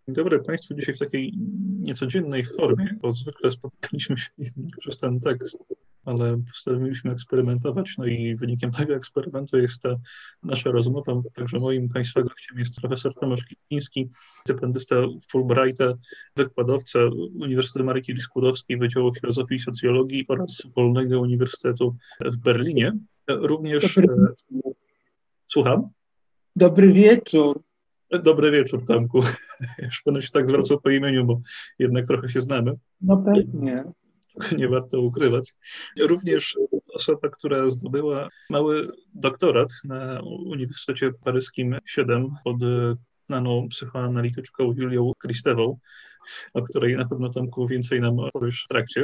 Dzień dobry Państwu. Dzisiaj w takiej niecodziennej formie, bo zwykle spotykaliśmy się przez ten tekst, ale postanowiliśmy eksperymentować. No i wynikiem tego eksperymentu jest ta nasza rozmowa. Także moim Państwa gościem jest profesor Tomasz Kiliński, stypendysta Fulbrighta, wykładowca Uniwersytetu Marii Curie-Skłodowskiej Wydziału Filozofii i Socjologii oraz Wolnego Uniwersytetu w Berlinie. Również, Dobry, słucham? dobry wieczór. Dobry wieczór, Tomku. Już będę się tak zwracał po imieniu, bo jednak trochę się znamy. No pewnie. Nie warto ukrywać. Również osoba, która zdobyła mały doktorat na Uniwersytecie Paryskim 7 pod znaną psychoanalityczką Julią Kristewą, o której na pewno, Tomku, więcej nam opowiesz w trakcie.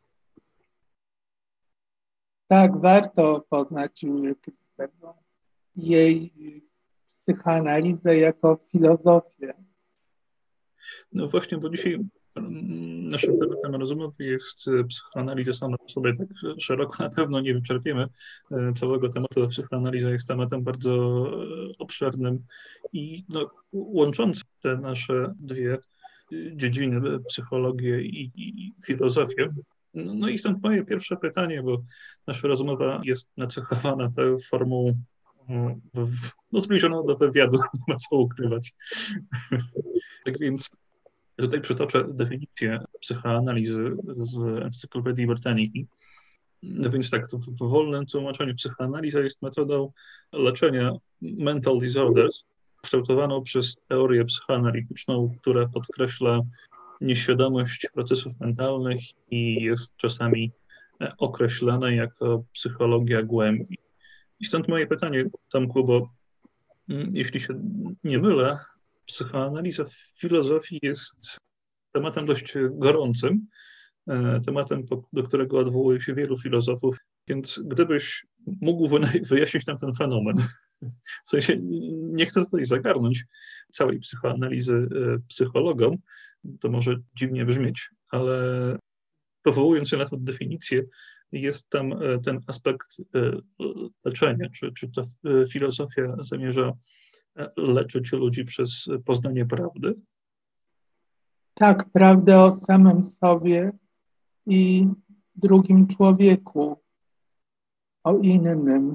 Tak, warto poznać Julię Kristewą. Jej psychoanalizę jako filozofię. No właśnie, bo dzisiaj naszym tematem rozmowy jest psychoanaliza sama w sobie. Tak szeroko na pewno nie wyczerpiemy całego tematu. Psychoanaliza jest tematem bardzo obszernym i łączącym te nasze dwie dziedziny, psychologię i filozofię. No i stąd moje pierwsze pytanie, bo nasza rozmowa jest nacechowana tą formą zbliżoną do wywiadu, nie ma co ukrywać. Tak więc tutaj przytoczę definicję psychoanalizy z Encyklopedii Britannicii. No więc tak, w wolnym tłumaczeniu psychoanaliza jest metodą leczenia mental disorders, kształtowaną przez teorię psychoanalityczną, która podkreśla nieświadomość procesów mentalnych i jest czasami określana jako psychologia głębi. I stąd moje pytanie, Tomku, bo jeśli się nie mylę, psychoanaliza w filozofii jest tematem dość gorącym, tematem, do którego odwołuje się wielu filozofów, więc gdybyś mógł wyjaśnić nam ten fenomen, w sensie nie chcę tutaj zagarnąć całej psychoanalizy psychologom, to może dziwnie brzmieć, ale powołując się na tę definicję, jest tam ten aspekt leczenia, czy ta filozofia zamierza leczyć ludzi przez poznanie prawdy? Tak, prawdę o samym sobie i drugim człowieku, o innym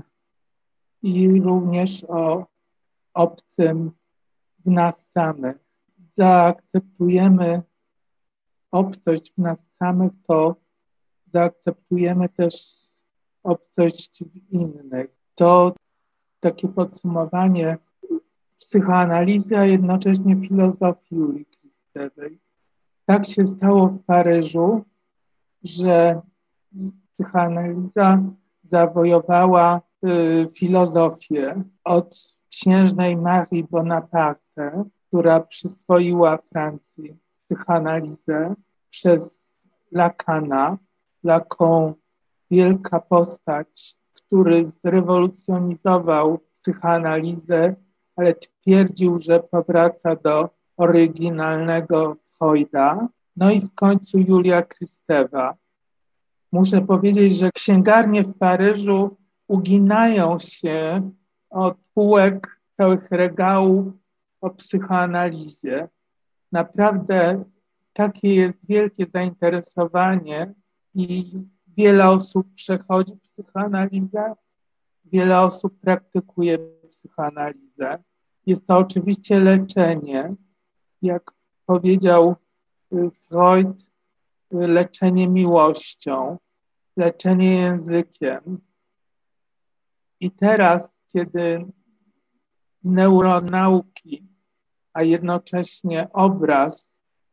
i również o obcym w nas samych. Zaakceptujemy obcość w nas samych, to zaakceptujemy też obcość w innych. To takie podsumowanie psychoanalizy, a jednocześnie filozofii Julii Kristewej. Tak się stało w Paryżu, że psychoanaliza zawojowała filozofię od księżnej Marii Bonaparte, która przyswoiła Francji psychoanalizę, przez Lacana. Lacan, wielka postać, który zrewolucjonizował psychoanalizę, ale twierdził, że powraca do oryginalnego Freuda. No i w końcu Julia Kristewa. Muszę powiedzieć, że księgarnie w Paryżu uginają się od półek całych regałów o psychoanalizie. Naprawdę takie jest wielkie zainteresowanie i wiele osób przechodzi psychoanalizę, wiele osób praktykuje psychoanalizę. Jest to oczywiście leczenie, jak powiedział Freud, leczenie miłością, leczenie językiem. I teraz, kiedy neuronauki, a jednocześnie obraz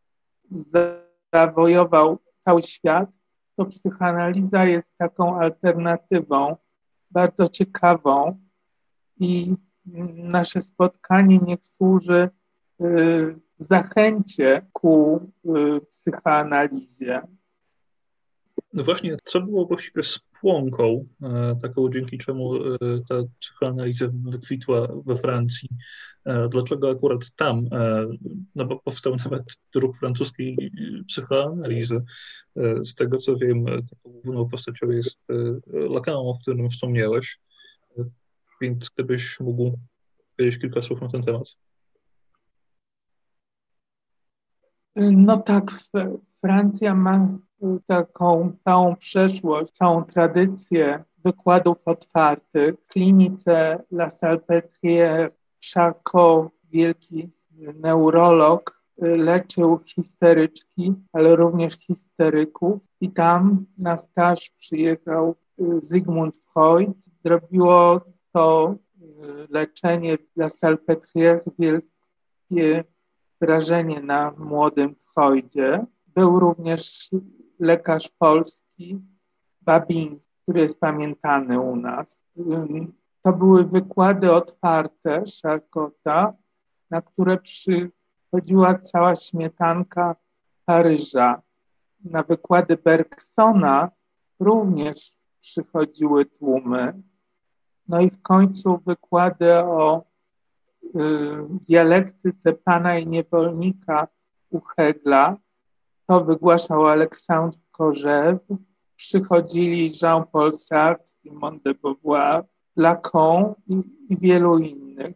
zawojował cały świat, to psychoanaliza jest taką alternatywą bardzo ciekawą i nasze spotkanie niech służy zachęcie ku psychoanalizie. No właśnie, co było właściwie spłonką, taką dzięki czemu ta psychoanaliza wykwitła we Francji? Dlaczego akurat tam? No bo powstał nawet ruch francuskiej psychoanalizy. Z tego co wiem, taką główną postacią jest Lacan, o którym wspomniałeś. Więc gdybyś mógł powiedzieć kilka słów na ten temat. No tak, Francja ma taką całą przeszłość, całą tradycję wykładów otwartych. W klinice La Salpêtrière Charcot, wielki neurolog, leczył histeryczki, ale również histeryków. I tam na staż przyjechał Sigmund Freud. Zrobiło to leczenie La Salpêtrière wielkie wrażenie na młodym Freudzie. Był również lekarz polski, Babiński, który jest pamiętany u nas. To były wykłady otwarte Charcota, na które przychodziła cała śmietanka Paryża. Na wykłady Bergsona również przychodziły tłumy. No i w końcu wykłady o dialektyce Pana i niewolnika u Hegla. To wygłaszał Alexandre Kojève. Przychodzili Jean-Paul Sartre, Simone de Beauvoir, Lacan i wielu innych.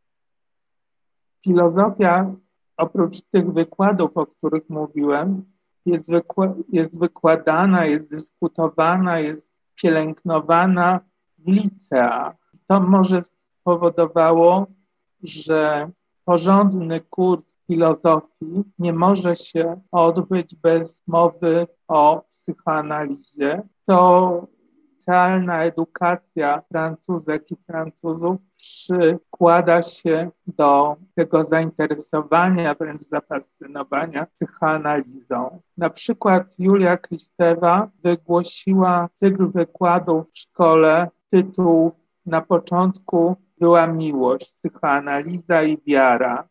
Filozofia, oprócz tych wykładów, o których mówiłem, jest wykładana, jest dyskutowana, jest pielęgnowana w liceach. To może spowodowało, że porządny kurs filozofii nie może się odbyć bez mowy o psychoanalizie. To realna edukacja Francuzek i Francuzów przykłada się do tego zainteresowania, wręcz zafascynowania psychoanalizą. Na przykład Julia Kristewa wygłosiła cykl wykładów w szkole. Tytuł na początku była miłość, psychoanaliza i wiara.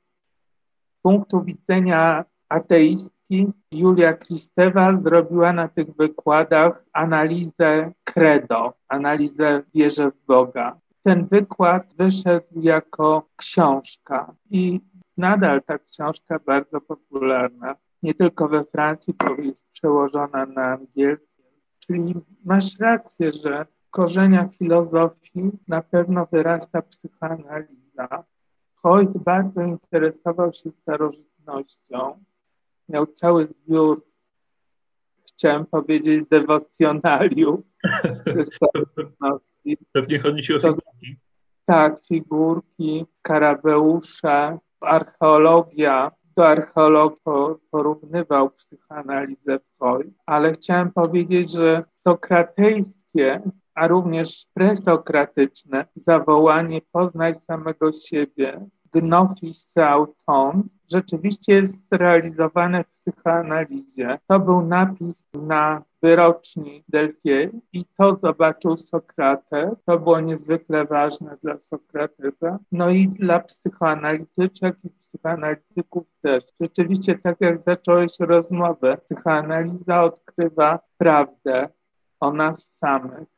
Z punktu widzenia ateistki Julia Kristewa zrobiła na tych wykładach analizę credo, analizę wierzę w Boga. Ten wykład wyszedł jako książka i nadal ta książka bardzo popularna. Nie tylko we Francji, bo jest przełożona na angielski. Czyli masz rację, że w korzeniach filozofii na pewno wyrasta psychoanaliza. Freud bardzo interesował się starożytnością. Miał cały zbiór, chciałem powiedzieć, dewocjonaliów ze starożytności. Pewnie chodzi ci o figurki. Tak, figurki, skarabeusze, archeologia. Do archeologii porównywał psychoanalizę Freud, ale chciałem powiedzieć, że sokratejskie, a również presokratyczne zawołanie poznaj samego siebie, gnosis auton, rzeczywiście jest realizowane w psychoanalizie. To był napis na wyroczni Delphier i to zobaczył Sokrates. To było niezwykle ważne dla Sokratesa, no i dla psychoanalityczek i psychoanalityków też. Rzeczywiście, tak jak zacząłeś rozmowę, psychoanaliza odkrywa prawdę o nas samych.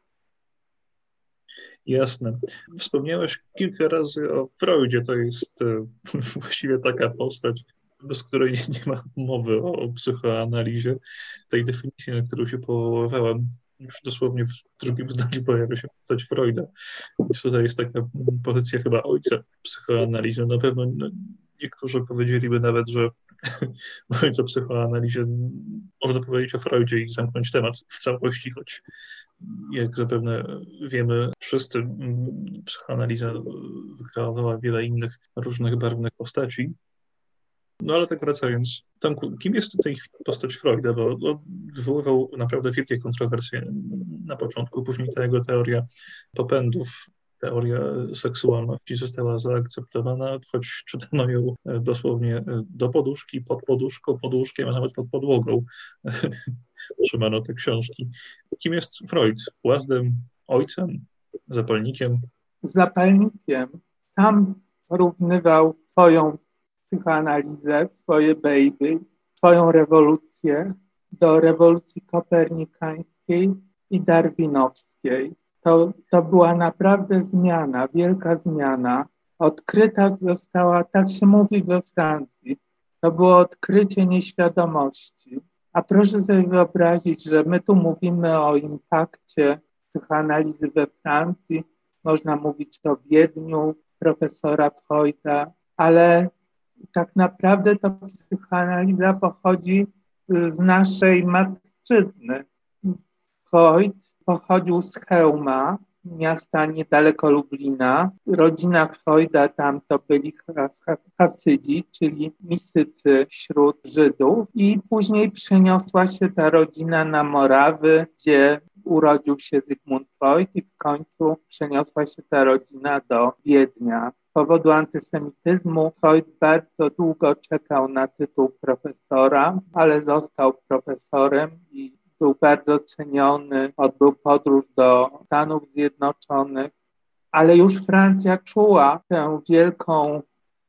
Jasne. Wspomniałeś kilka razy o Freudzie. To jest właściwie taka postać, bez której nie ma mowy o psychoanalizie. Tej definicji, na którą się powoływałem, już dosłownie w drugim zdaniu pojawia się postać Freuda. Więc tutaj jest taka pozycja chyba ojca psychoanalizy. Na pewno niektórzy powiedzieliby nawet, że mówiąc o psychoanalizie, można powiedzieć o Freudzie i zamknąć temat w całości, choć jak zapewne wiemy wszyscy, psychoanaliza wykreowała wiele innych różnych barwnych postaci. No ale tak wracając, Tomku, kim jest tutaj postać Freuda, bo wywoływał naprawdę wielkie kontrowersje na początku, później ta jego teoria popędów, teoria seksualności została zaakceptowana, choć czytano ją dosłownie do poduszki, pod poduszką, pod łóżkiem, a nawet pod podłogą. Trzymano te książki. Kim jest Freud? Łazdem, ojcem, zapalnikiem? Zapalnikiem. Sam porównywał swoją psychoanalizę, swoje baby, swoją rewolucję do rewolucji kopernikańskiej i darwinowskiej. To była naprawdę zmiana, wielka zmiana. Odkryta została, tak się mówi we Francji, to było odkrycie nieświadomości. A proszę sobie wyobrazić, że my tu mówimy o impakcie psychoanalizy we Francji, można mówić o Wiedniu profesora Freuda, ale tak naprawdę to psychoanaliza pochodzi z naszej matczyzny. Freud pochodził z Chełma, miasta niedaleko Lublina. Rodzina Freuda tam to byli Hasydzi, czyli mistycy wśród Żydów. I później przeniosła się ta rodzina na Morawy, gdzie urodził się Zygmunt Freud i w końcu przeniosła się ta rodzina do Wiednia. Z powodu antysemityzmu Freud bardzo długo czekał na tytuł profesora, ale został profesorem i był bardzo ceniony, odbył podróż do Stanów Zjednoczonych, ale już Francja czuła tę wielką,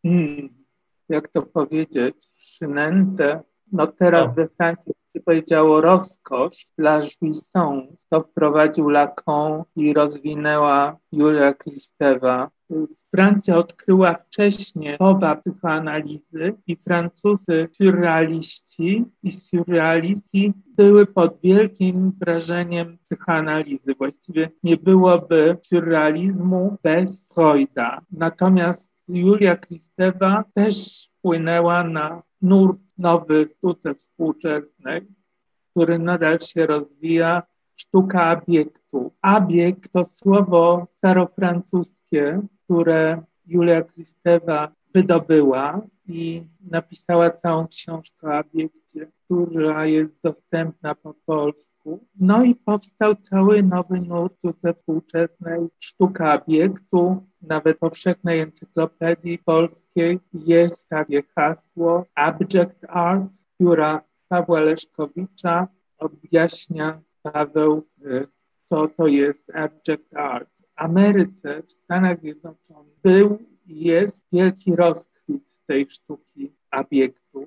jak to powiedzieć, przynętę. No teraz we Francji się powiedziało rozkosz, la jouissance. To wprowadził Lacan i rozwinęła Julia Kristeva. Francja odkryła wcześniej powa psychoanalizy i Francuzy surrealiści i surrealiści były pod wielkim wrażeniem psychoanalizy. Właściwie nie byłoby surrealizmu bez Freuda. Natomiast Julia Kristeva też wpłynęła na nurt nowy w sztuce współczesnej, który nadal się rozwija, sztuka abiektu. Abiekt to słowo starofrancuskie, które Julia Kristeva wydobyła i napisała całą książkę o abiekcie, która jest dostępna po polsku. No i powstał cały nowy nurt sztuce współczesnej, sztuka abiektu. Nawet w powszechnej encyklopedii polskiej jest takie hasło Abject Art, która Pawła Leszkowicza objaśnia Paweł, co to jest Abject Art. W Ameryce, w Stanach Zjednoczonych był i jest wielki rozkwit tej sztuki abiektu.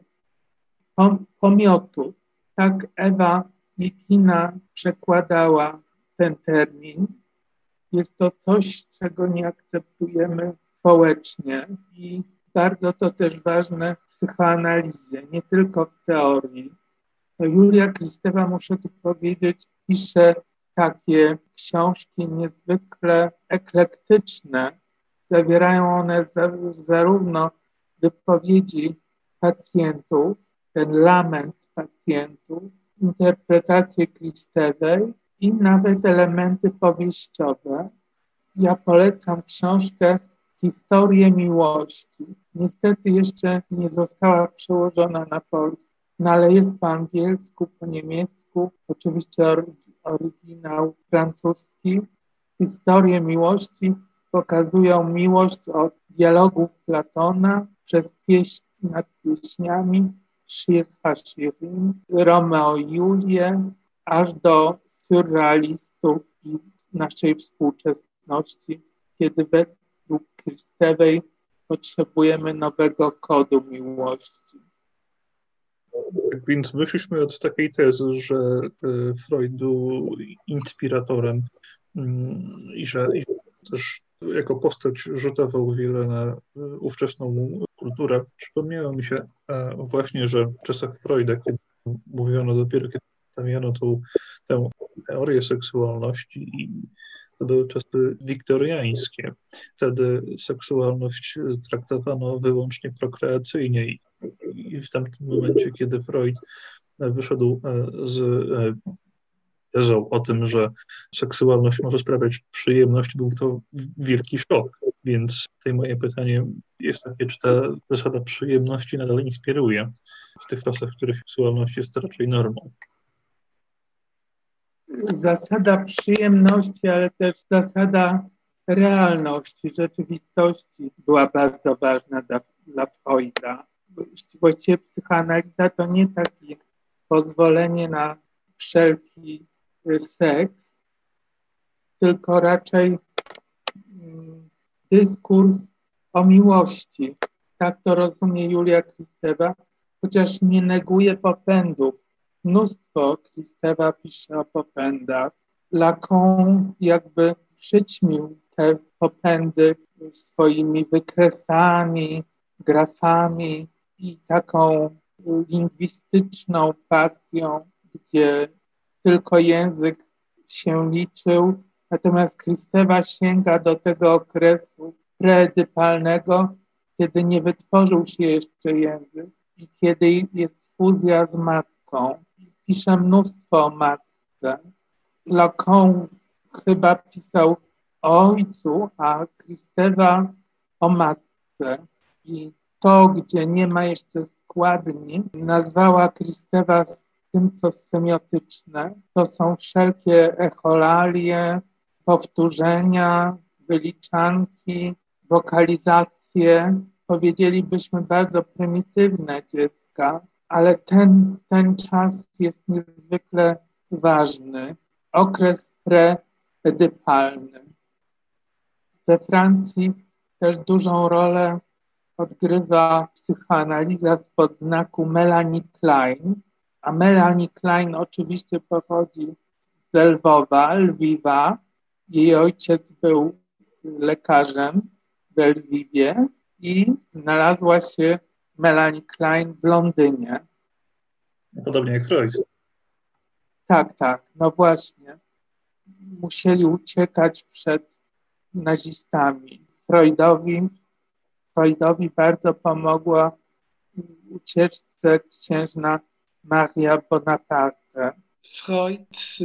Pomiotu. Tak Ewa Mikina przekładała ten termin. Jest to coś, czego nie akceptujemy społecznie i bardzo to też ważne w psychoanalizie, nie tylko w teorii. Julia Kristeva, muszę tu powiedzieć, pisze takie książki niezwykle eklektyczne. Zawierają one zarówno wypowiedzi pacjentów, ten lament pacjentów, interpretację Kristewej i nawet elementy powieściowe. Ja polecam książkę Historię miłości. Niestety jeszcze nie została przełożona na polski, no ale jest po angielsku, po niemiecku, oczywiście oryginał francuski. Historie miłości pokazują miłość od dialogów Platona przez pieśń nad pieśniami, Shir HaShirim, Romeo i Julię, aż do surrealistów i naszej współczesności, kiedy według Kristewej potrzebujemy nowego kodu miłości. Tak więc wyszliśmy od takiej tezy, że Freud był inspiratorem i że też jako postać rzutował wiele na ówczesną kulturę. Przypomniało mi się właśnie, że w czasach Freuda, kiedy mówiono dopiero, kiedy stawiano tę teorię seksualności i to były czasy wiktoriańskie. Wtedy seksualność traktowano wyłącznie prokreacyjnie i w tamtym momencie, kiedy Freud wyszedł z tezą o tym, że seksualność może sprawiać przyjemność, był to wielki szok. Więc tutaj moje pytanie jest takie, czy ta zasada przyjemności nadal inspiruje w tych czasach, w których seksualność jest raczej normą? Zasada przyjemności, ale też zasada realności, rzeczywistości była bardzo ważna dla Freuda. Właściwie psychoanaliza to nie takie pozwolenie na wszelki seks, tylko raczej dyskurs o miłości. Tak to rozumie Julia Kristeva, chociaż nie neguje popędów. Mnóstwo Kristeva pisze o popędach. Lacan jakby przyćmił te popędy swoimi wykresami, grafami i taką lingwistyczną pasją, gdzie tylko język się liczył. Natomiast Kristeva sięga do tego okresu preedypalnego, kiedy nie wytworzył się jeszcze język. i kiedy jest fuzja z matką. Pisze mnóstwo o matce. Lacan chyba pisał o ojcu, a Krzysztofa o matce. I to, gdzie nie ma jeszcze składni, nazwała Krzysztofa z tym, co semiotyczne. To są wszelkie echolalie, powtórzenia, wyliczanki, wokalizacje, powiedzielibyśmy bardzo prymitywne dziecka, ale ten czas jest niezwykle ważny. Okres preedypalny. We Francji też dużą rolę odgrywa psychoanaliza spod znaku Melanie Klein, a Melanie Klein oczywiście pochodzi z Lwiwa. Jej ojciec był lekarzem w Lwiwie i znalazła się Melanie Klein w Londynie. Podobnie jak Freud. Tak, no właśnie. Musieli uciekać przed nazistami. Freudowi bardzo pomogła ucieczce księżna Maria Bonaparte. Freud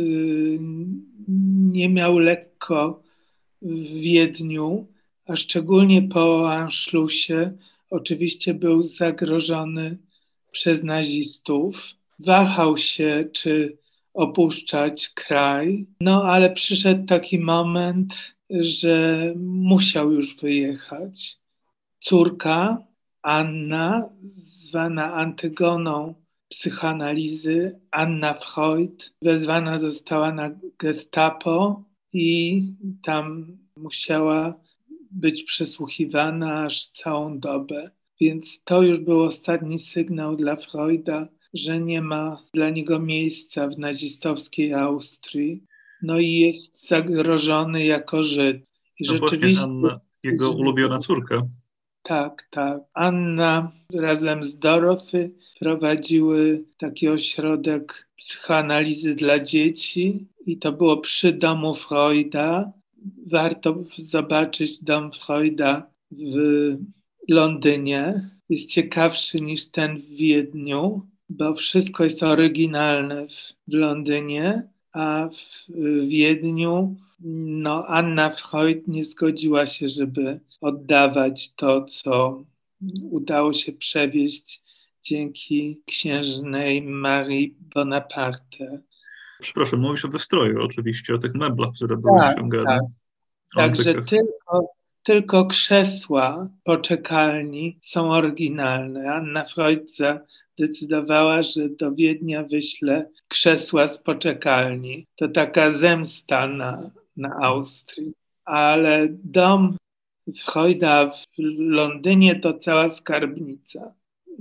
nie miał lekko w Wiedniu, a szczególnie po Anschlussie oczywiście był zagrożony przez nazistów. Wahał się, czy opuszczać kraj, no ale przyszedł taki moment, że musiał już wyjechać. Córka Anna, zwana Antygoną psychoanalizy, Anna Freud, wezwana została na Gestapo i tam musiała być przesłuchiwana aż całą dobę. Więc to już był ostatni sygnał dla Freuda, że nie ma dla niego miejsca w nazistowskiej Austrii. No i jest zagrożony jako Żyd. I no właśnie, Anna, jego ulubiona córka. Tak. Anna razem z Dorothy prowadziły taki ośrodek psychoanalizy dla dzieci i to było przy domu Freuda. Warto zobaczyć dom Freuda w Londynie. Jest ciekawszy niż ten w Wiedniu, bo wszystko jest oryginalne w Londynie, a w Wiedniu Anna Freud nie zgodziła się, żeby oddawać to, co udało się przewieźć dzięki księżnej Marii Bonaparte. Przepraszam, mówisz o wystroju oczywiście, o tych meblach, które były ściągane. Tak. Także tylko krzesła poczekalni są oryginalne. Anna Freud zdecydowała, że do Wiednia wyśle krzesła z poczekalni. To taka zemsta na Austrii. Ale dom Freuda w Londynie to cała skarbnica.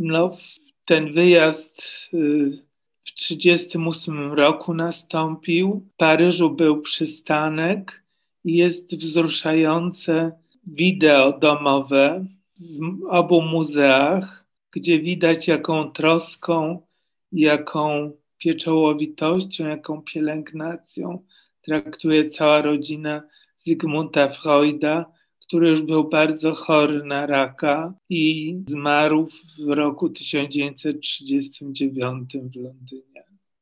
Ten wyjazd w 1938 roku nastąpił. W Paryżu był przystanek i jest wzruszające wideo domowe w obu muzeach, gdzie widać jaką troską, jaką pieczołowitością, jaką pielęgnacją traktuje cała rodzina Zygmunta Freuda, który już był bardzo chory na raka i zmarł w roku 1939 w Londynie.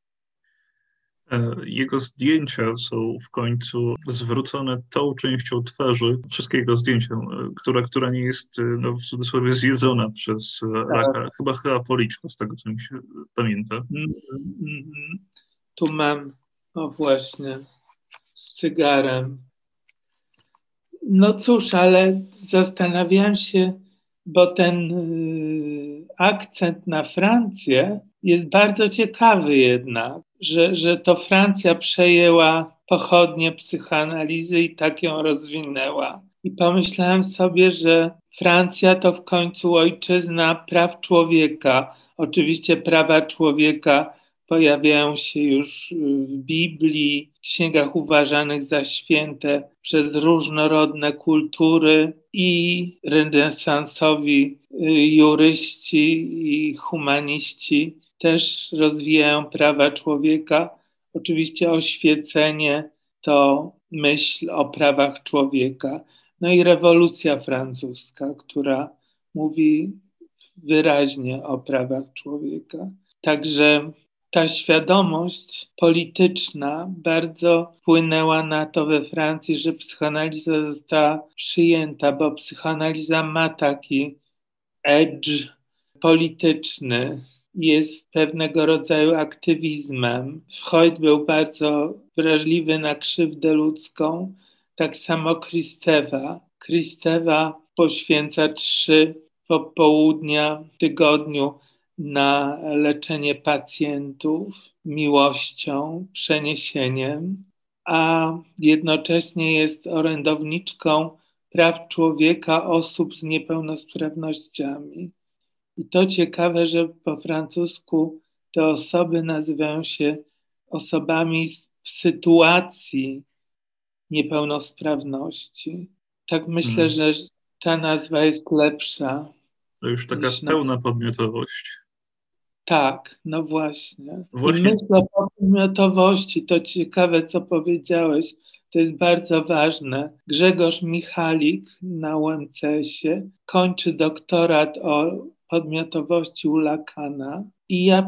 Jego zdjęcia są w końcu zwrócone tą częścią twarzy, wszystkiego zdjęcia, która nie jest w cudzysłowie zjedzona przez raka. Chyba policzko, z tego co mi się pamięta. Tu mam, właśnie, z cygarem. No cóż, ale zastanawiam się, bo ten akcent na Francję jest bardzo ciekawy jednak, że to Francja przejęła pochodnie psychoanalizy i tak ją rozwinęła. I pomyślałem sobie, że Francja to w końcu ojczyzna praw człowieka. Oczywiście prawa człowieka pojawiają się już w Biblii, w księgach uważanych za święte przez różnorodne kultury i renesansowi juryści i humaniści też rozwijają prawa człowieka. Oczywiście oświecenie to myśl o prawach człowieka. No i rewolucja francuska, która mówi wyraźnie o prawach człowieka. Także ta świadomość polityczna bardzo wpłynęła na to we Francji, że psychoanaliza została przyjęta, bo psychoanaliza ma taki edge polityczny, jest pewnego rodzaju aktywizmem. Freud był bardzo wrażliwy na krzywdę ludzką, tak samo Krzysztofa. Krzysztofa poświęca 3 popołudnia w tygodniu na leczenie pacjentów miłością, przeniesieniem, a jednocześnie jest orędowniczką praw człowieka osób z niepełnosprawnościami. I to ciekawe, że po francusku te osoby nazywają się osobami w sytuacji niepełnosprawności. Tak myślę, że ta nazwa jest lepsza. To już taka pełna podmiotowość. Tak, no właśnie. I myślę o podmiotowości, to ciekawe, co powiedziałeś, to jest bardzo ważne. Grzegorz Michalik na UMCS-ie kończy doktorat o podmiotowości u Lacana i ja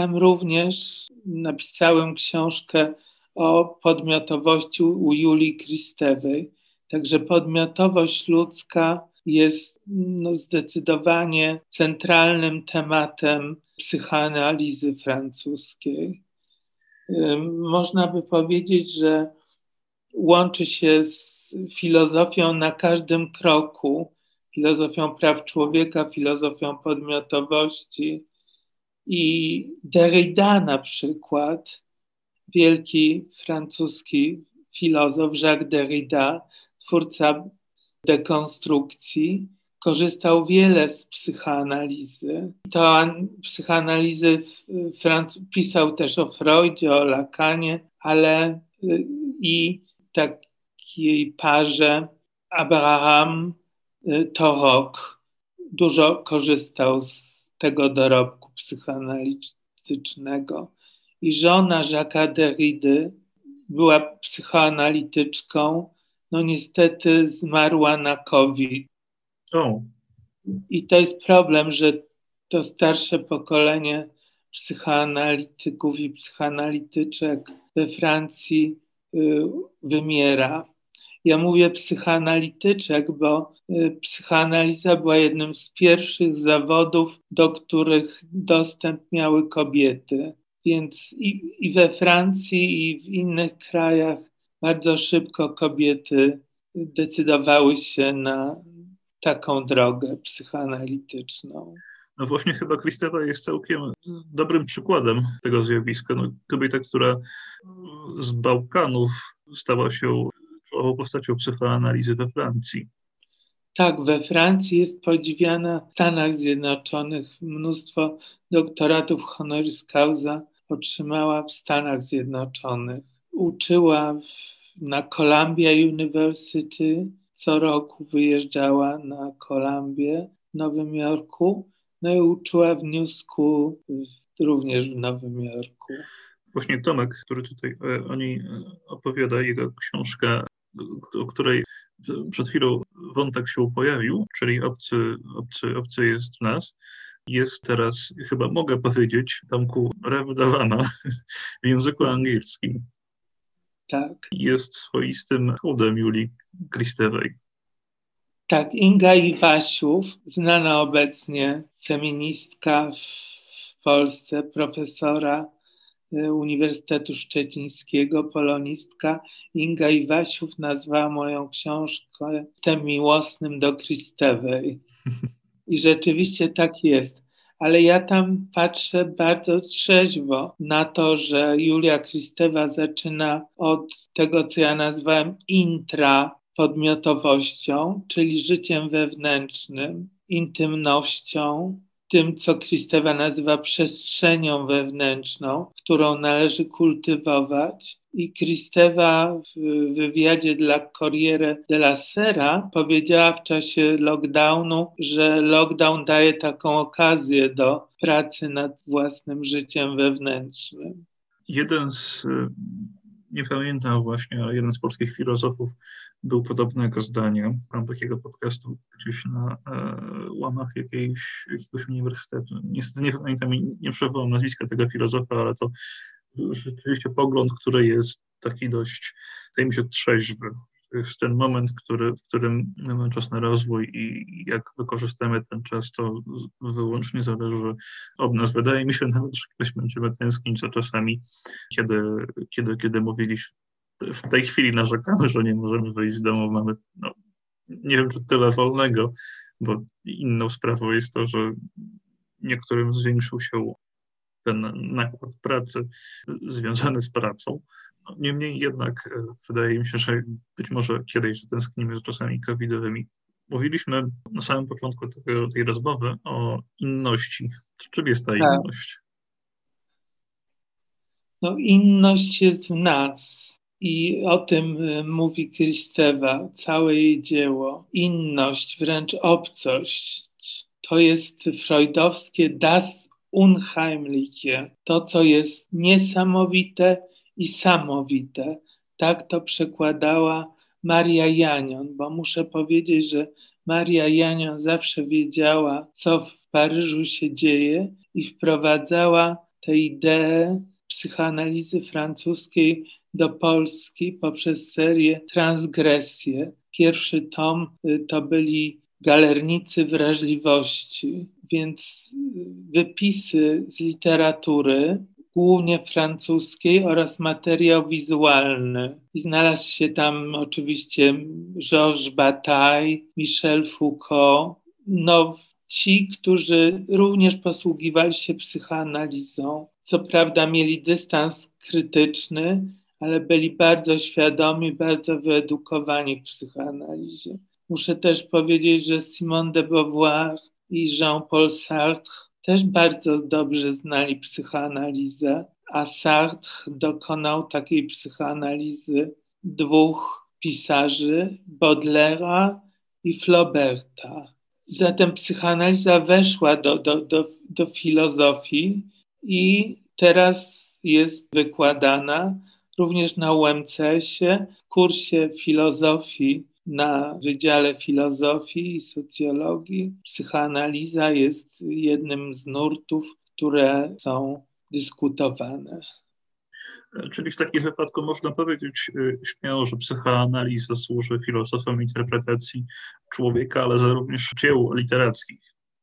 napisałem książkę o podmiotowości u Julii Krzysztowej. Także podmiotowość ludzka jest zdecydowanie centralnym tematem psychoanalizy francuskiej. Można by powiedzieć, że łączy się z filozofią na każdym kroku, filozofią praw człowieka, filozofią podmiotowości. I Derrida na przykład, wielki francuski filozof Jacques Derrida, twórca dekonstrukcji, korzystał wiele z psychoanalizy. Psychoanalizy pisał też o Freudzie, o Lacanie, ale i takiej parze Abraham Torok dużo korzystał z tego dorobku psychoanalitycznego. I żona Jacques'a Derridy była psychoanalityczką, niestety zmarła na COVID. I to jest problem, że to starsze pokolenie psychoanalityków i psychoanalityczek we Francji wymiera. Ja mówię psychoanalityczek, bo psychoanaliza była jednym z pierwszych zawodów, do których dostęp miały kobiety. Więc i we Francji, i w innych krajach bardzo szybko kobiety decydowały się na taką drogę psychoanalityczną. No właśnie chyba Krzysztofa jest całkiem dobrym przykładem tego zjawiska. Kobieta, która z Bałkanów stała się czołową postacią psychoanalizy we Francji. Tak, we Francji jest podziwiana, w Stanach Zjednoczonych mnóstwo doktoratów honoris causa otrzymała w Stanach Zjednoczonych. Uczyła na Columbia University, co roku wyjeżdżała na Columbię w Nowym Jorku, i uczyła w New School również w Nowym Jorku. Właśnie Tomek, który tutaj o niej opowiada, jego książka, o której przed chwilą wątek się pojawił, czyli obcy jest w nas, jest teraz, chyba mogę powiedzieć, Tomku, rewydawana w języku angielskim. Tak. Jest swoistym hołdem Julii Krzysztowej. Tak, Inga Iwasiów, znana obecnie feministka w Polsce, profesora Uniwersytetu Szczecińskiego, polonistka. Inga Iwasiów nazwała moją książkę Listem miłosnym do Krzysztowej. I rzeczywiście tak jest. Ale ja tam patrzę bardzo trzeźwo na to, że Julia Krzysztowa zaczyna od tego, co ja nazwałem intrapodmiotowością, czyli życiem wewnętrznym, intymnością, tym, co Krzysztowa nazywa przestrzenią wewnętrzną, którą należy kultywować. I Krzysztowa w wywiadzie dla Corriere della Sera powiedziała w czasie lockdownu, że lockdown daje taką okazję do pracy nad własnym życiem wewnętrznym. Jeden z nie pamiętam właśnie, ale jeden z polskich filozofów był podobnego zdania. Mam takiego podcastu gdzieś na łamach jakiegoś uniwersytetu. Niestety nie pamiętam i nie przywołam nazwiska tego filozofa, ale to rzeczywiście pogląd, który jest taki dość, wydaje mi się, trzeźwy. To jest ten moment, w którym mamy czas na rozwój i jak wykorzystamy ten czas, to wyłącznie zależy od nas. Wydaje mi się nawet, że kiedyś będziemy tęsknić za czasami, kiedy mówiliśmy, w tej chwili narzekamy, że nie możemy wyjść z domu, mamy, no, nie wiem, czy tyle wolnego, bo inną sprawą jest to, że niektórym zwiększył się ten nakład pracy związany z pracą. No, niemniej jednak wydaje mi się, że być może kiedyś tęsknimy z czasami covidowymi. Mówiliśmy na samym początku tej rozmowy o inności. Czym jest ta inność? No, inność jest w nas i o tym mówi Krzysztofa, całe jej dzieło. Inność, wręcz obcość, to jest freudowskie das Unheimliche, to co jest niesamowite i samowite. Tak to przekładała Maria Janion, bo muszę powiedzieć, że Maria Janion zawsze wiedziała, co w Paryżu się dzieje i wprowadzała tę ideę psychoanalizy francuskiej do Polski poprzez serię Transgresje. Pierwszy tom to byli galernicy wrażliwości, więc wypisy z literatury, głównie francuskiej, oraz materiał wizualny. I znalazł się tam oczywiście Georges Bataille, Michel Foucault, no ci, którzy również posługiwali się psychoanalizą. Co prawda mieli dystans krytyczny, ale byli bardzo świadomi, bardzo wyedukowani w psychoanalizie. Muszę też powiedzieć, że Simone de Beauvoir i Jean-Paul Sartre też bardzo dobrze znali psychoanalizę, a Sartre dokonał takiej psychoanalizy dwóch pisarzy, Baudelaire'a i Flauberta. Zatem psychoanaliza weszła do filozofii i teraz jest wykładana również na UMCS-ie, w kursie filozofii na Wydziale Filozofii i Socjologii. Psychoanaliza jest jednym z nurtów, które są dyskutowane. Czyli w takim wypadku można powiedzieć śmiało, że psychoanaliza służy filozofom interpretacji człowieka, ale również dzieł literackich.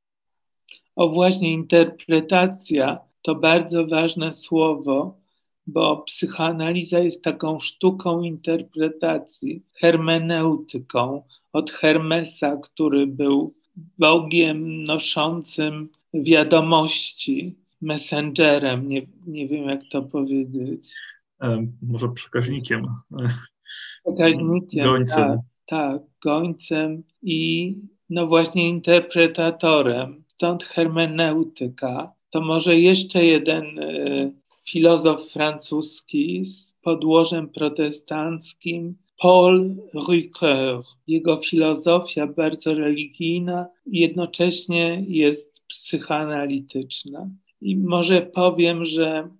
O właśnie, interpretacja to bardzo ważne słowo, bo psychoanaliza jest taką sztuką interpretacji, hermeneutyką od Hermesa, który był Bogiem noszącym wiadomości, messengerem, nie wiem jak to powiedzieć. Może przekaźnikiem. Przekaźnikiem, gońcem. Tak, gońcem i no właśnie interpretatorem. Stąd hermeneutyka. To może jeszcze jeden filozof francuski z podłożem protestanckim, Paul Ricoeur. Jego filozofia bardzo religijna jednocześnie jest psychoanalityczna. I może powiem, że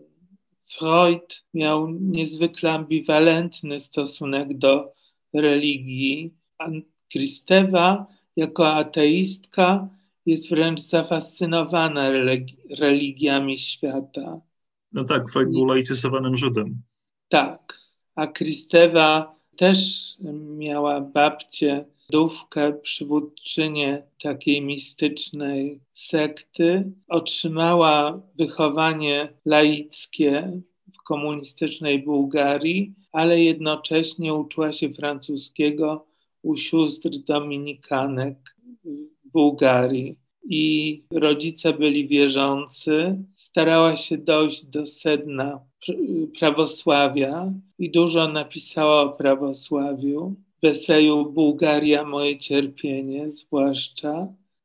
Freud miał niezwykle ambiwalentny stosunek do religii, a Krzysztofa jako ateistka jest wręcz zafascynowana religiami świata. No tak, Freud był laicyzowanym Żydem. Tak, a Krzysztofa też miała babcię, wdówkę, przywódczynię takiej mistycznej sekty. Otrzymała wychowanie laickie w komunistycznej Bułgarii, ale jednocześnie uczyła się francuskiego u sióstr dominikanek w Bułgarii. I rodzice byli wierzący. Starała się dojść do sedna prawosławia i dużo napisała o prawosławiu. W eseju Bułgaria, moje cierpienie zwłaszcza,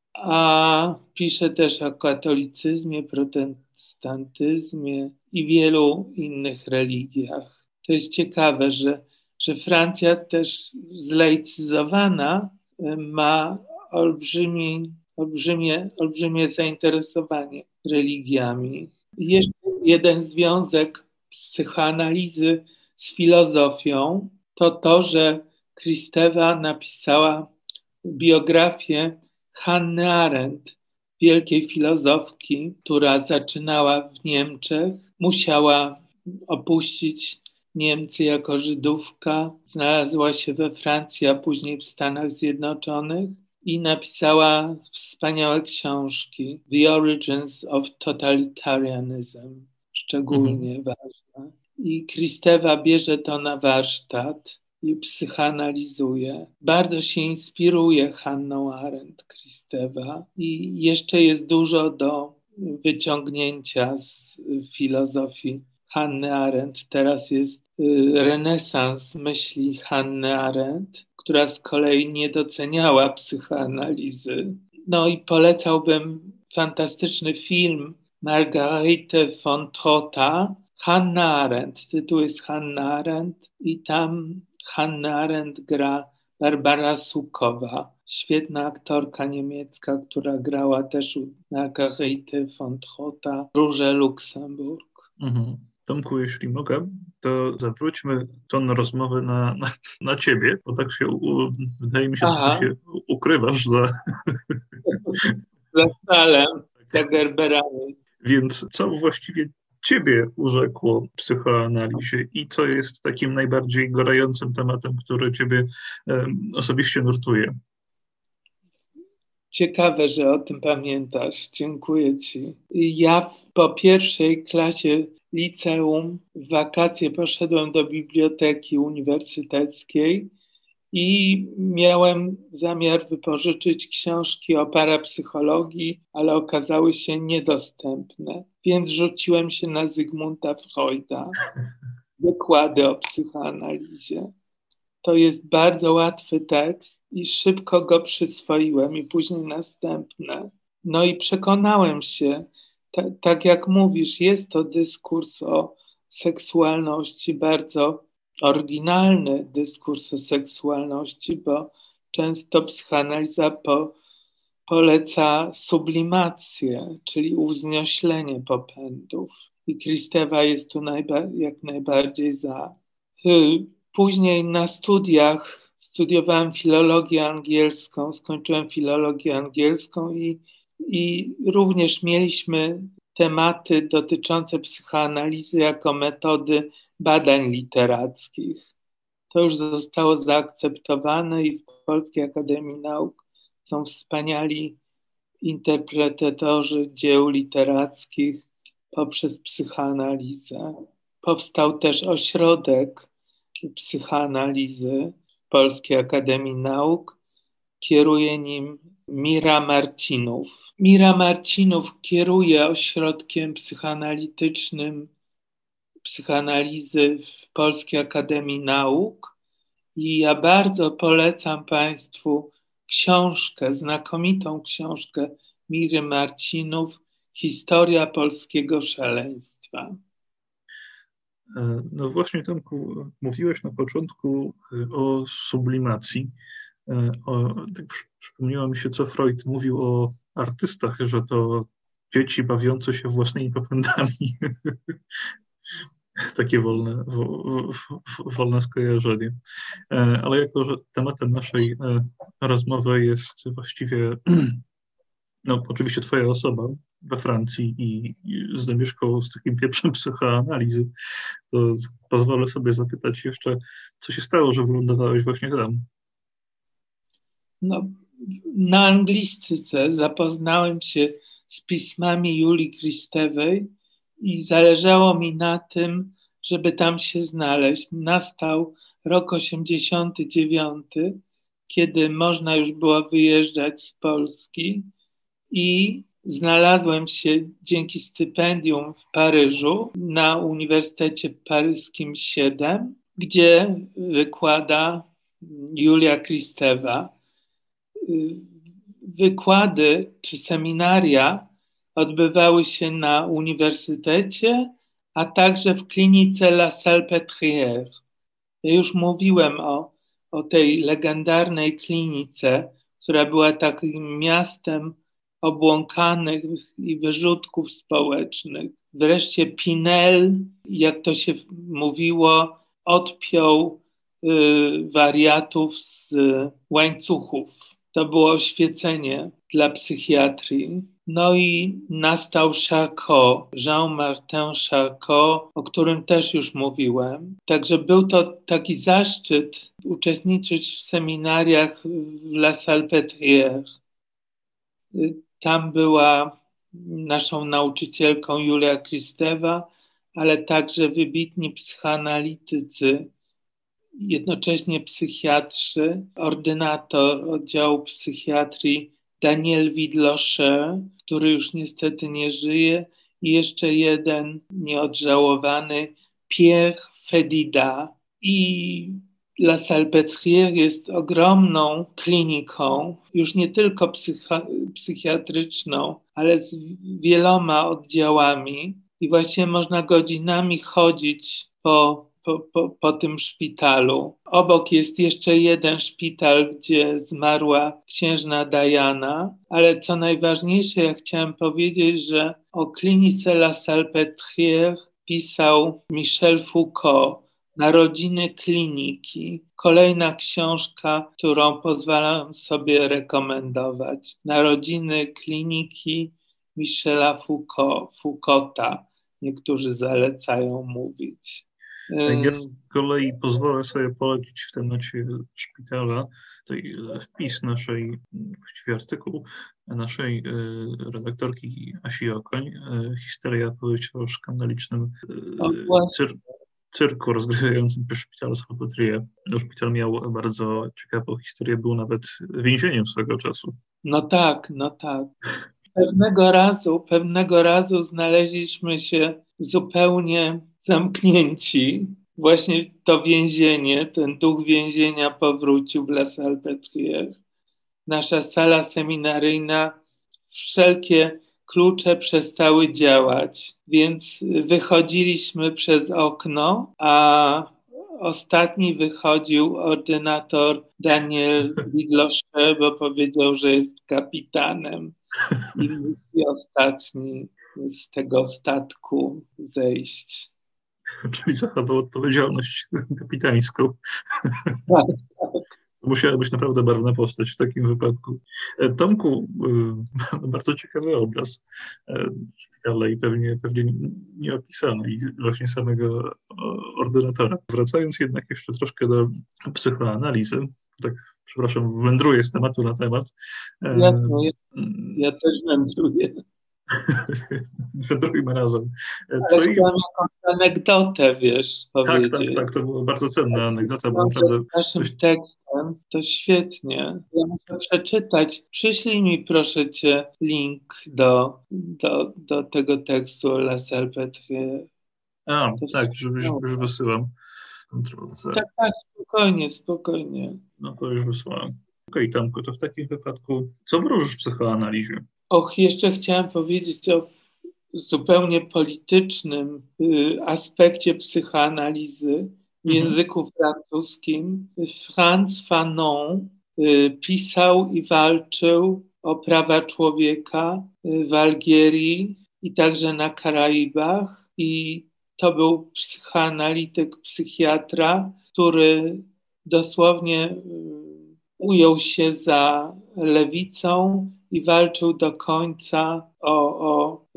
a pisze też o katolicyzmie, protestantyzmie i wielu innych religiach. To jest ciekawe, że Francja też zlaicyzowana ma olbrzymie zainteresowanie religiami. Jeszcze jeden związek psychoanalizy z filozofią, to to, że Krzysztofa napisała biografię Hanny Arendt, wielkiej filozofki, która zaczynała w Niemczech, musiała opuścić Niemcy jako Żydówka, znalazła się we Francji, a później w Stanach Zjednoczonych i napisała wspaniałe książki. The Origins of Totalitarianism, szczególnie ważna. I Krzysztofa bierze to na warsztat i psychoanalizuje. Bardzo się inspiruje Hanną Arendt, Krzysztofa, i jeszcze jest dużo do wyciągnięcia z filozofii Hanny Arendt. Teraz jest renesans myśli Hanny Arendt, która z kolei nie doceniała psychoanalizy. No i polecałbym fantastyczny film Margarete von Trotta, Hanna Arendt. Tytuł jest Hanna Arendt i tam Hanna Arendt gra Barbara Sukowa, świetna aktorka niemiecka, która grała też u Margarete von Trotta w Róże Luksemburg. Tomku, jeśli mogę, to zawróćmy ton rozmowy na ciebie, bo tak się wydaje mi się, że się ukrywasz za Salem, za Gerberami. Więc co właściwie ciebie urzekło w psychoanalizie i co jest takim najbardziej gorącym tematem, który ciebie osobiście nurtuje? Ciekawe, że o tym pamiętasz. Dziękuję ci. Ja po pierwszej klasie liceum w wakacje poszedłem do biblioteki uniwersyteckiej i miałem zamiar wypożyczyć książki o parapsychologii, ale okazały się niedostępne, więc rzuciłem się na Zygmunta Freuda, wykłady o psychoanalizie. To jest bardzo łatwy tekst i szybko go przyswoiłem i później następne. No i przekonałem się, tak jak mówisz, jest to dyskurs o seksualności, bardzo oryginalny dyskurs o seksualności, bo często psychoanaliza poleca sublimację, czyli uwznioślenie popędów. I Krzysztofa jest tu jak najbardziej za. Później na studiach studiowałem filologię angielską, skończyłem filologię angielską i również mieliśmy tematy dotyczące psychoanalizy jako metody badań literackich. To już zostało zaakceptowane i w Polskiej Akademii Nauk są wspaniali interpretatorzy dzieł literackich poprzez psychoanalizę. Powstał też ośrodek psychoanalizy w Polskiej Akademii Nauk. Kieruje nim Mira Marcinów. Mira Marcinów kieruje ośrodkiem psychoanalitycznym psychoanalizy w Polskiej Akademii Nauk i ja bardzo polecam Państwu książkę, znakomitą książkę Miry Marcinów, Historia polskiego szaleństwa. No właśnie, Tomku, mówiłeś na początku o sublimacji. Tak przypomniało mi się, co Freud mówił o artystach, że to dzieci bawiące się własnymi popędami. Takie wolne skojarzenie. Ale jako, że tematem naszej rozmowy jest właściwie, no oczywiście twoja osoba we Francji i z domieszką z takim pieprzem psychoanalizy, to pozwolę sobie zapytać jeszcze, co się stało, że wylądowałeś właśnie tam? No, na anglistyce zapoznałem się z pismami Julii Krzysztowej i zależało mi na tym, żeby tam się znaleźć. Nastał rok 89, kiedy można już było wyjeżdżać z Polski i znalazłem się dzięki stypendium w Paryżu na Uniwersytecie Paryskim 7, gdzie wykłada Julia Krzysztowa. Wykłady czy seminaria odbywały się na uniwersytecie, a także w klinice La Salpêtrière. Ja już mówiłem o tej legendarnej klinice, która była takim miastem obłąkanych i wyrzutków społecznych. Wreszcie Pinel, jak to się mówiło, odpiął wariatów z łańcuchów. To było oświecenie dla psychiatrii. No i nastał Charcot, Jean-Martin Charcot, o którym też już mówiłem. Także był to taki zaszczyt uczestniczyć w seminariach w La Salpêtrière. Tam była naszą nauczycielką Julia Kristewa, ale także wybitni psychoanalitycy, jednocześnie psychiatrzy, ordynator oddziału psychiatrii Daniel Widlosze, który już niestety nie żyje, i jeszcze jeden nieodżałowany Pierre Fedida. I La Salpêtrière jest ogromną kliniką, już nie tylko psychiatryczną, ale z wieloma oddziałami i właściwie można godzinami chodzić po tym szpitalu. Obok jest jeszcze jeden szpital, gdzie zmarła księżna Diana, ale co najważniejsze, ja chciałem powiedzieć, że o klinice La Salpêtrière pisał Michel Foucault, Narodziny kliniki. Kolejna książka, którą pozwalam sobie rekomendować. Narodziny kliniki Michela Foucaulta. Niektórzy zalecają mówić. Ja z kolei pozwolę sobie polecić w temacie szpitala tutaj wpis naszej, właściwie artykuł naszej redaktorki Asi Okoń. Historia powieści o skandalicznym cyrku rozgrywającym przy szpitalu Salpêtrière. Szpital miał bardzo ciekawą historię, był nawet więzieniem swego czasu. No tak. Pewnego razu znaleźliśmy się zupełnie zamknięci. Właśnie to więzienie, ten duch więzienia powrócił w La Salpêtrière. Nasza sala seminaryjna, wszelkie klucze przestały działać, więc wychodziliśmy przez okno, a ostatni wychodził ordynator Daniel Widlosze, bo powiedział, że jest kapitanem i musi ostatni z tego statku zejść. Czyli zachował odpowiedzialność kapitańską. Tak. Musiała być naprawdę barwna postać w takim wypadku. Tomku, bardzo ciekawy obraz szpitala i pewnie nieopisany i właśnie samego ordynatora. Wracając jednak jeszcze troszkę do psychoanalizy, tak, przepraszam, wędruję z tematu na temat. Jasne, ja też wędruję. Wędrujmy razem. Ale chciałem jakąś anegdotę, wiesz, powiedzieć. Tak, to była bardzo cenna anegdota, bo naprawdę... Naszym tekstem to świetnie. Ja muszę przeczytać. Przyślij mi, proszę cię, link do tego tekstu o La Salpêtrière. Tak, już wysyłam. Tak, spokojnie. No to już wysłałem. Okej, Tomku, to w takim wypadku co wróżysz w psychoanalizie? Jeszcze chciałem powiedzieć o zupełnie politycznym aspekcie psychoanalizy w języku francuskim. Frantz Fanon pisał i walczył o prawa człowieka w Algierii i także na Karaibach. I to był psychoanalityk, psychiatra, który dosłownie ujął się za lewicą i walczył do końca o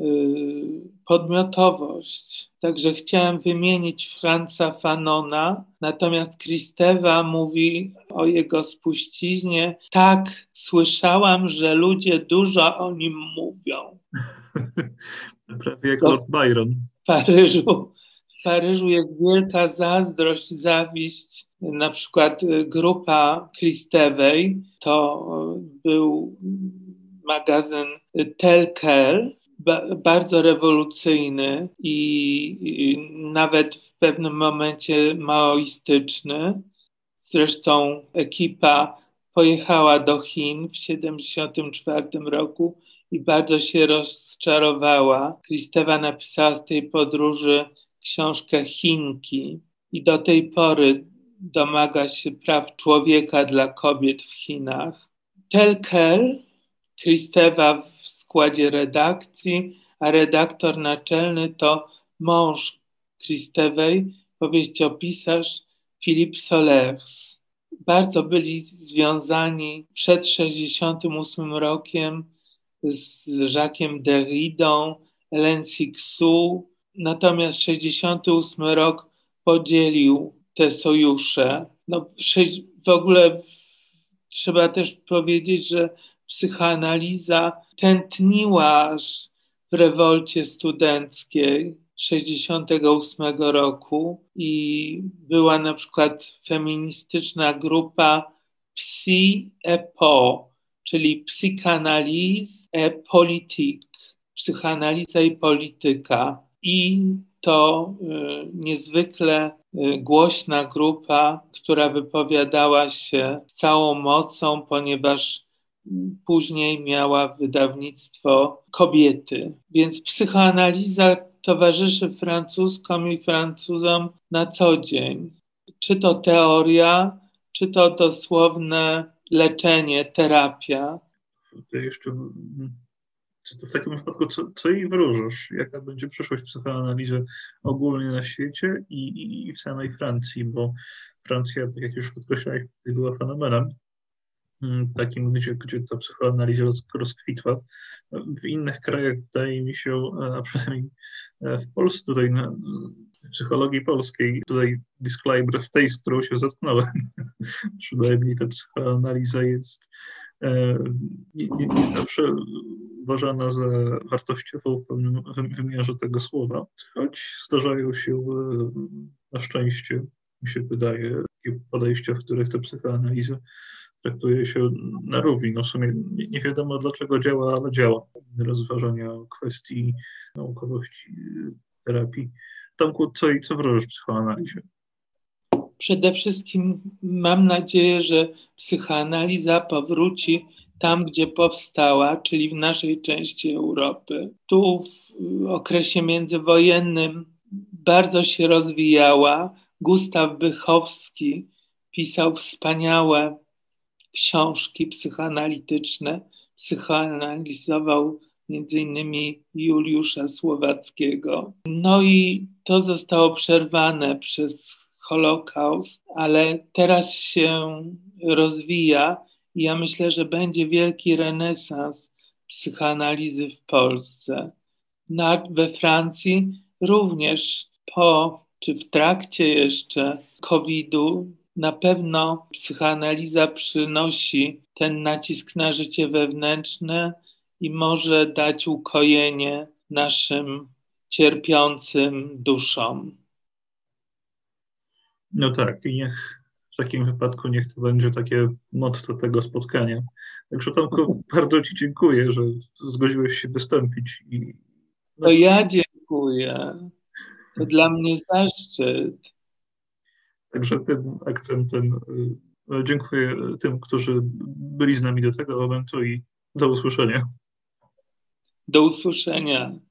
podmiotowość. Także chciałem wymienić Franza Fanona, natomiast Kristewa mówi o jego spuściźnie. Tak, słyszałam, że ludzie dużo o nim mówią. Prawie jak Lord Byron. W Paryżu jest wielka zazdrość, zawiść. Na przykład grupa Kristewej to był magazyn Tel Quel, bardzo rewolucyjny i nawet w pewnym momencie maoistyczny. Zresztą ekipa pojechała do Chin w 1974 roku i bardzo się rozczarowała. Kristewa napisała z tej podróży książkę Chinki i do tej pory domaga się praw człowieka dla kobiet w Chinach. Tel Quel, Kristewa w składzie redakcji, a redaktor naczelny to mąż Kristewej, powieściopisarz Philippe Solers. Bardzo byli związani przed 1968 rokiem z Jacques'em Derridą, Hélène Cixous, natomiast 1968 rok podzielił te sojusze. W ogóle trzeba też powiedzieć, że psychoanaliza tętniła aż w rewolcie studenckiej 1968 roku i była na przykład feministyczna grupa Psy-EPO, czyli Psychanalyse et Politique, psychoanaliza i polityka. I to niezwykle głośna grupa, która wypowiadała się z całą mocą, ponieważ później miała wydawnictwo Kobiety. Więc psychoanaliza towarzyszy Francuzkom i Francuzom na co dzień. Czy to teoria, czy to dosłowne leczenie, terapia. To jeszcze, w takim wypadku, co jej wróżysz? Jaka będzie przyszłość psychoanalizy ogólnie na świecie i w samej Francji? Bo Francja, tak jak już podkreślałeś, była fenomenem takim, gdzie ta psychoanaliza rozkwitła. W innych krajach wydaje mi się, a przynajmniej w Polsce, tutaj na psychologii polskiej, tutaj disclaimer w tej, z którą się zetknąłem, przynajmniej ta psychoanaliza jest nie zawsze uważana za wartościową w pewnym wymiarze tego słowa, choć zdarzają się na szczęście, mi się wydaje, takie podejścia, w których tę psychoanalizę traktuje się na równi. No w sumie nie wiadomo dlaczego działa, ale działa. Rozważania kwestii naukowości terapii. Tomku, co wróżysz w psychoanalizie? Przede wszystkim mam nadzieję, że psychoanaliza powróci tam, gdzie powstała, czyli w naszej części Europy. Tu w okresie międzywojennym bardzo się rozwijała. Gustaw Bychowski pisał wspaniałe książki psychoanalityczne. Psychoanalizował m.in. Juliusza Słowackiego. No i to zostało przerwane przez Holokaust, ale teraz się rozwija i ja myślę, że będzie wielki renesans psychoanalizy w Polsce. We Francji również czy w trakcie jeszcze COVID-u na pewno psychoanaliza przynosi ten nacisk na życie wewnętrzne i może dać ukojenie naszym cierpiącym duszom. No tak, i w takim wypadku niech to będzie takie motto tego spotkania. Także Tomku, bardzo Ci dziękuję, że zgodziłeś się wystąpić. To ja dziękuję. To dla mnie zaszczyt. Także tym akcentem dziękuję tym, którzy byli z nami do tego momentu i do usłyszenia. Do usłyszenia.